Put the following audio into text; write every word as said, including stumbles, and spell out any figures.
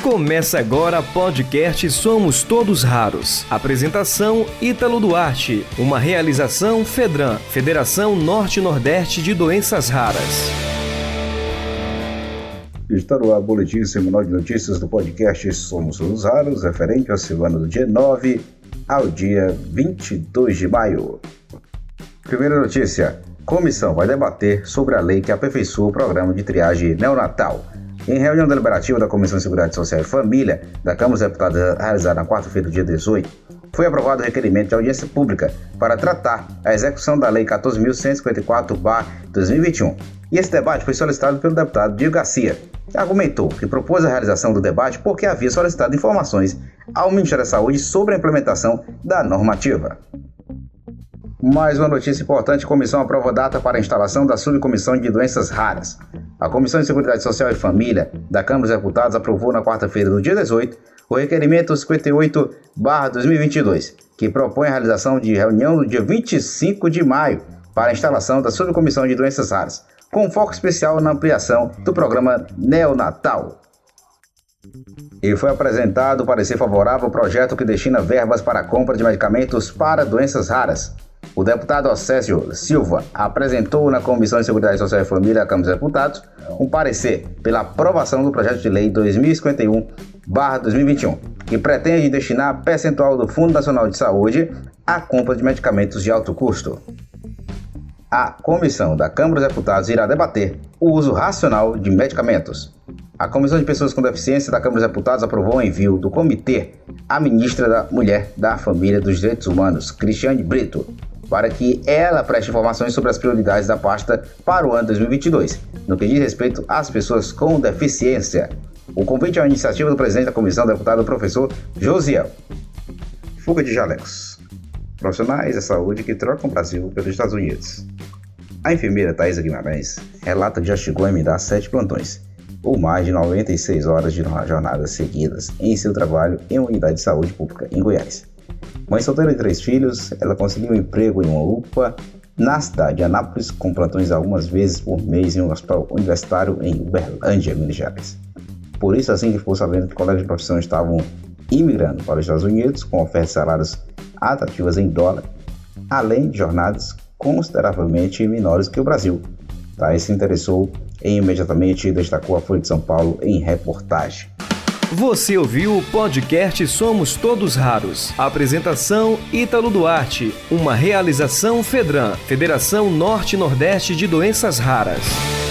Começa agora podcast Somos Todos Raros. Apresentação Ítalo Duarte. Uma realização FEDRAN, Federação Norte-Nordeste de Doenças Raras. Está no ar o boletim semanal de notícias do podcast Somos Todos Raros, referente à semana do dia nove ao dia vinte e dois de maio. Primeira notícia: comissão vai debater sobre a lei que aperfeiçoa o programa de triagem neonatal. Em reunião deliberativa da Comissão de Seguridade Social e Família da Câmara dos Deputados realizada na quarta-feira, dia dezoito, foi aprovado o requerimento de audiência pública para tratar a execução da Lei quatorze mil cento e cinquenta e quatro barra dois mil e vinte e um. E esse debate foi solicitado pelo deputado Diego Garcia, que argumentou que propôs a realização do debate porque havia solicitado informações ao Ministério da Saúde sobre a implementação da normativa. Mais uma notícia importante: a comissão aprova a data para a instalação da subcomissão de doenças raras. A Comissão de Seguridade Social e Família da Câmara dos Deputados aprovou na quarta-feira do dia dezoito o requerimento cinquenta e oito barra dois mil e vinte e dois, que propõe a realização de reunião no dia vinte e cinco de maio para a instalação da subcomissão de doenças raras, com foco especial na ampliação do programa neonatal. E foi apresentado o parecer favorável ao projeto que destina verbas para a compra de medicamentos para doenças raras. O deputado Océsio Silva apresentou na Comissão de Seguridade Social e Família da Câmara dos Deputados um parecer pela aprovação do projeto de lei dois mil e cinquenta e um barra dois mil e vinte e um, que pretende destinar percentual do Fundo Nacional de Saúde à compra de medicamentos de alto custo. A comissão da Câmara dos Deputados irá debater o uso racional de medicamentos. A Comissão de Pessoas com Deficiência da Câmara dos Deputados aprovou o envio do comitê à ministra da Mulher, da Família e dos Direitos Humanos, Cristiane Brito, para que ela preste informações sobre as prioridades da pasta para o ano dois mil e vinte e dois, no que diz respeito às pessoas com deficiência. O convite é uma iniciativa do presidente da comissão, deputado professor Josiel. Fuga de jalecos. Profissionais da saúde que trocam o Brasil pelos Estados Unidos. A enfermeira Thaisa Guimarães relata que já chegou a emendar sete plantões, ou mais de noventa e seis horas de jornadas seguidas em seu trabalho em uma unidade de saúde pública em Goiás. Mãe solteira de três filhos, ela conseguiu um emprego em uma U P A na cidade de Anápolis, com plantões algumas vezes por mês em um hospital universitário em Uberlândia, Minas Gerais. Por isso, assim que ficou sabendo que colegas de profissão estavam imigrando para os Estados Unidos com ofertas de salários atrativas em dólar, além de jornadas consideravelmente menores que o Brasil, Thais se interessou e imediatamente destacou a Folha de São Paulo em reportagem. Você ouviu o podcast Somos Todos Raros. Apresentação Ítalo Duarte. Uma realização FEDRAN, Federação Norte-Nordeste de Doenças Raras.